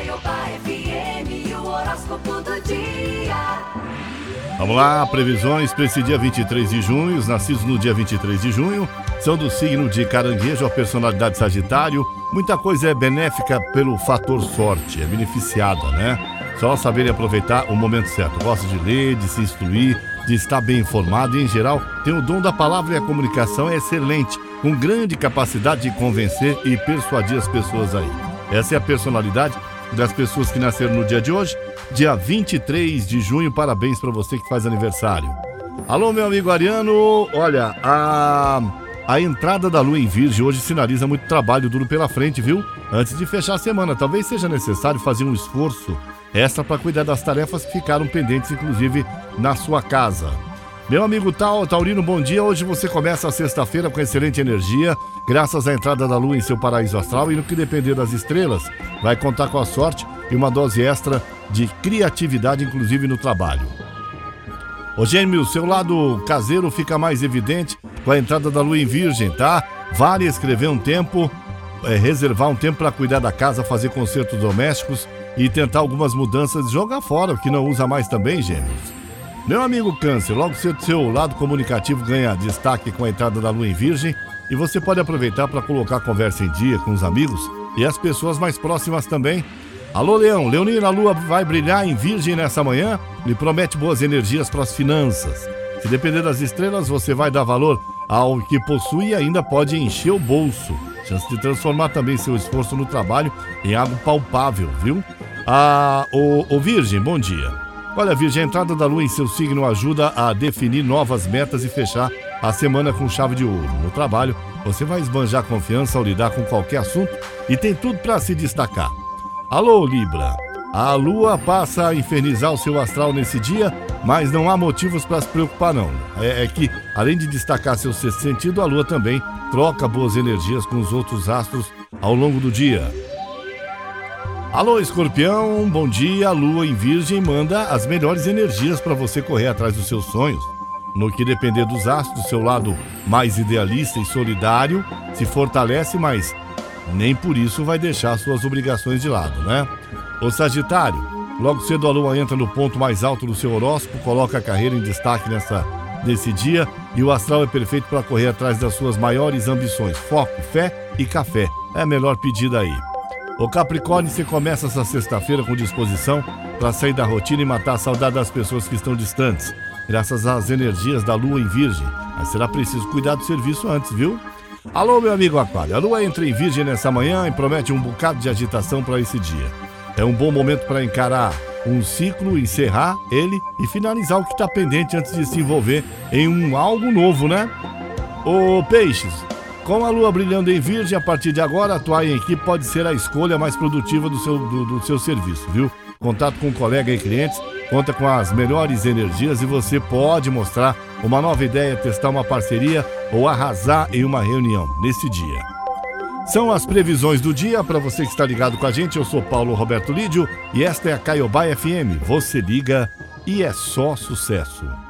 Caiobá FM, o horóscopo do dia. Vamos lá, previsões para esse dia 23 de junho. Os nascidos no dia 23 de junho são do signo de Caranguejo, a personalidade Sagitário. Muita coisa é benéfica pelo fator sorte, é beneficiada, né? Só saber aproveitar o momento certo. Gosta de ler, de se instruir, de estar bem informado e, em geral, tem o dom da palavra e a comunicação é excelente, com grande capacidade de convencer e persuadir as pessoas aí. Essa é a personalidade das pessoas que nasceram no dia de hoje, dia 23 de junho. Parabéns para você que faz aniversário. Alô, meu amigo Ariano. Olha, a entrada da lua em Virgem hoje sinaliza muito trabalho duro pela frente, viu? Antes de fechar a semana, talvez seja necessário fazer um esforço extra para cuidar das tarefas que ficaram pendentes, inclusive na sua casa. Meu amigo Taurino, bom dia. Hoje você começa a sexta-feira com excelente energia, graças à entrada da lua em seu paraíso astral, e no que depender das estrelas, vai contar com a sorte e uma dose extra de criatividade, inclusive no trabalho. Ô Gêmeo, seu lado caseiro fica mais evidente com a entrada da lua em Virgem, tá? Vale escrever um tempo, reservar um tempo para cuidar da casa, fazer concertos domésticos e tentar algumas mudanças, jogar fora o que não usa mais também, Gêmeos. Meu amigo Câncer, logo cedo seu lado comunicativo ganha destaque com a entrada da lua em Virgem e você pode aproveitar para colocar a conversa em dia com os amigos e as pessoas mais próximas também. Alô, Leão, Leonina, a lua vai brilhar em Virgem nessa manhã e promete boas energias para as finanças. Se depender das estrelas, você vai dar valor ao que possui e ainda pode encher o bolso. Chance de transformar também seu esforço no trabalho em algo palpável, viu? O Virgem, bom dia. Olha, Virgem, a entrada da lua em seu signo ajuda a definir novas metas e fechar a semana com chave de ouro. No trabalho, você vai esbanjar confiança ao lidar com qualquer assunto e tem tudo para se destacar. Alô, Libra, a lua passa a infernizar o seu astral nesse dia, mas não há motivos para se preocupar não. É que, além de destacar seu sexto sentido, a lua também troca boas energias com os outros astros ao longo do dia. Alô, Escorpião, bom dia. A lua em Virgem manda as melhores energias para você correr atrás dos seus sonhos. No que depender dos astros, seu lado mais idealista e solidário se fortalece, mas nem por isso vai deixar suas obrigações de lado, né? O Sagitário, logo cedo a lua entra no ponto mais alto do seu horóscopo, coloca a carreira em destaque nesse dia e o astral é perfeito para correr atrás das suas maiores ambições. Foco, fé e café. É a melhor pedida aí. O Capricórnio, você começa essa sexta-feira com disposição para sair da rotina e matar a saudade das pessoas que estão distantes, graças às energias da lua em Virgem. Mas será preciso cuidar do serviço antes, viu? Alô, meu amigo Aquário, a lua entra em Virgem nessa manhã e promete um bocado de agitação para esse dia. É um bom momento para encarar um ciclo, encerrar ele e finalizar o que está pendente antes de se envolver em algo novo, né? Ô Peixes, com a lua brilhando em Virgem, a partir de agora, atuar em equipe pode ser a escolha mais produtiva do seu serviço, viu? Contato com colega e clientes, conta com as melhores energias e você pode mostrar uma nova ideia, testar uma parceria ou arrasar em uma reunião nesse dia. São as previsões do dia para você que está ligado com a gente. Eu sou Paulo Roberto Lídio e esta é a Caiobá FM. Você liga e é só sucesso.